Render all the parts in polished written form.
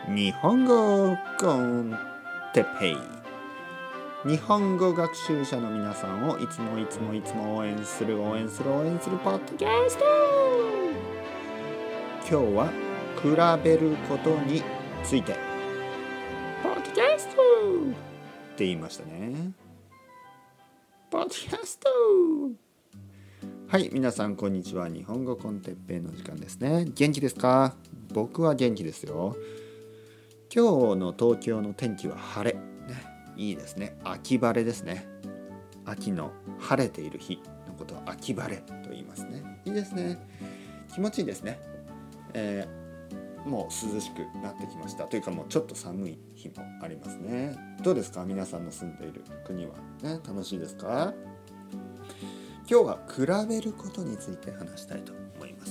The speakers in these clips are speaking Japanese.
日本語コンテッペイ。日本語学習者の皆さんをいつも応援するポッドキャスト。今日は比べることについてポッドキャストって言いましたね。ポッドキャスト。はい、皆さんこんにちは。日本語コンテッペイの時間ですね。元気ですか？僕は元気ですよ。今日の東京の天気は晴れ、ね、いいですね。秋晴れですね。秋の晴れている日のことは秋晴れと言いますね。いいですね。気持ちいいですね。もう涼しくなってきました。というかもうちょっと寒い日もありますね。どうですか？皆さんの住んでいる国は、ね、楽しいですか？今日は比べることについて話したいと思います。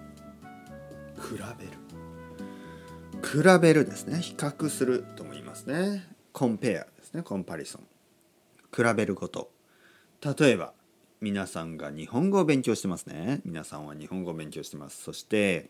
比べるですね。比較するとも言いますね。コンペアですね。コンパリソン。比べること。例えば皆さんが日本語を勉強してますね。皆さんは日本語を勉強してます。そして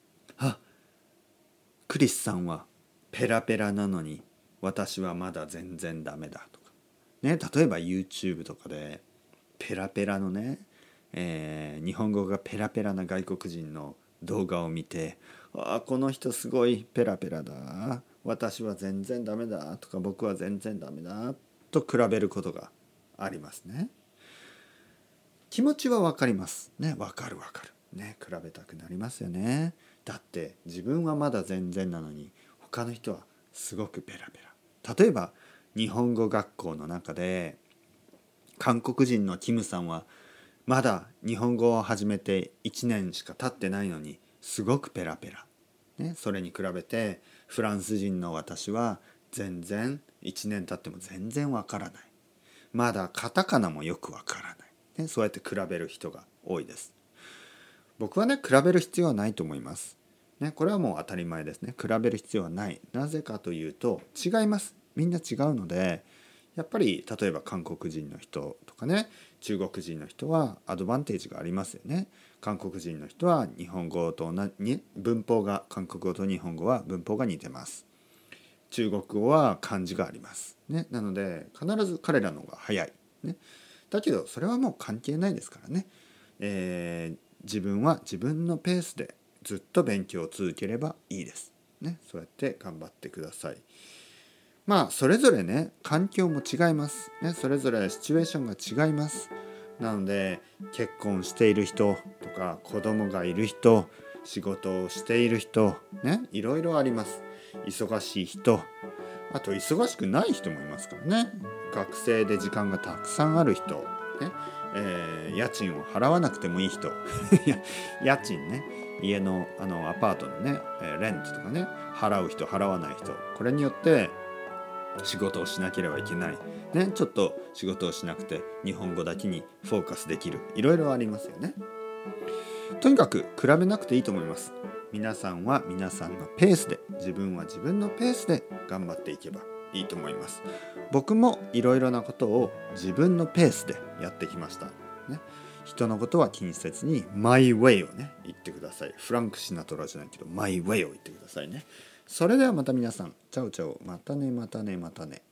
クリスさんはペラペラなのに私はまだ全然ダメだとかね。例えば YouTube とかでペラペラのね、日本語がペラペラな外国人の動画を見て、この人すごいペラペラだ、私は全然ダメだとか、僕は全然ダメだと比べることがありますね。気持ちはわかりますね。わかるね。比べたくなりますよね。だって自分はまだ全然なのに他の人はすごくペラペラ。例えば日本語学校の中で韓国人のキムさんはまだ日本語を始めて1年しか経ってないのにすごくペラペラ、ね、それに比べてフランス人の私は全然1年経っても全然わからない、まだカタカナもよくわからない、ね、そうやって比べる人が多いです。僕はね、比べる必要はないと思います、ね、これはもう当たり前ですね。比べる必要はない。なぜかというと違います。みんな違うので、やっぱり例えば韓国人の人とかね、中国人の人はアドバンテージがありますよね。韓国人の人は日本語と文法が、韓国語と日本語は文法が似てます。中国語は漢字があります、ね、なので必ず彼らの方が早い、ね、だけどそれはもう関係ないですからね、自分は自分のペースでずっと勉強を続ければいいです、ね、そうやって頑張ってください。それぞれね、環境も違います、ね、それぞれシチュエーションが違います。なので結婚している人とか子供がいる人、仕事をしている人、ね、いろいろあります。忙しい人、あと忙しくない人もいますからね。学生で時間がたくさんある人、ね、家賃を払わなくてもいい人家賃ね、家のアパートのね、レントとかね、払う人払わない人、これによって仕事をしなければいけない、ね、ちょっと仕事をしなくて日本語だけにフォーカスできる、いろいろありますよね。とにかく比べなくていいと思います。皆さんは皆さんのペースで、自分は自分のペースで頑張っていけばいいと思います。僕もいろいろなことを自分のペースでやってきました、ね、人のことは気にせずにマイウェイをね言ってください。フランク・シナトラじゃないけどマイウェイを言ってくださいね。それではまた皆さん、チャオチャオ、またね。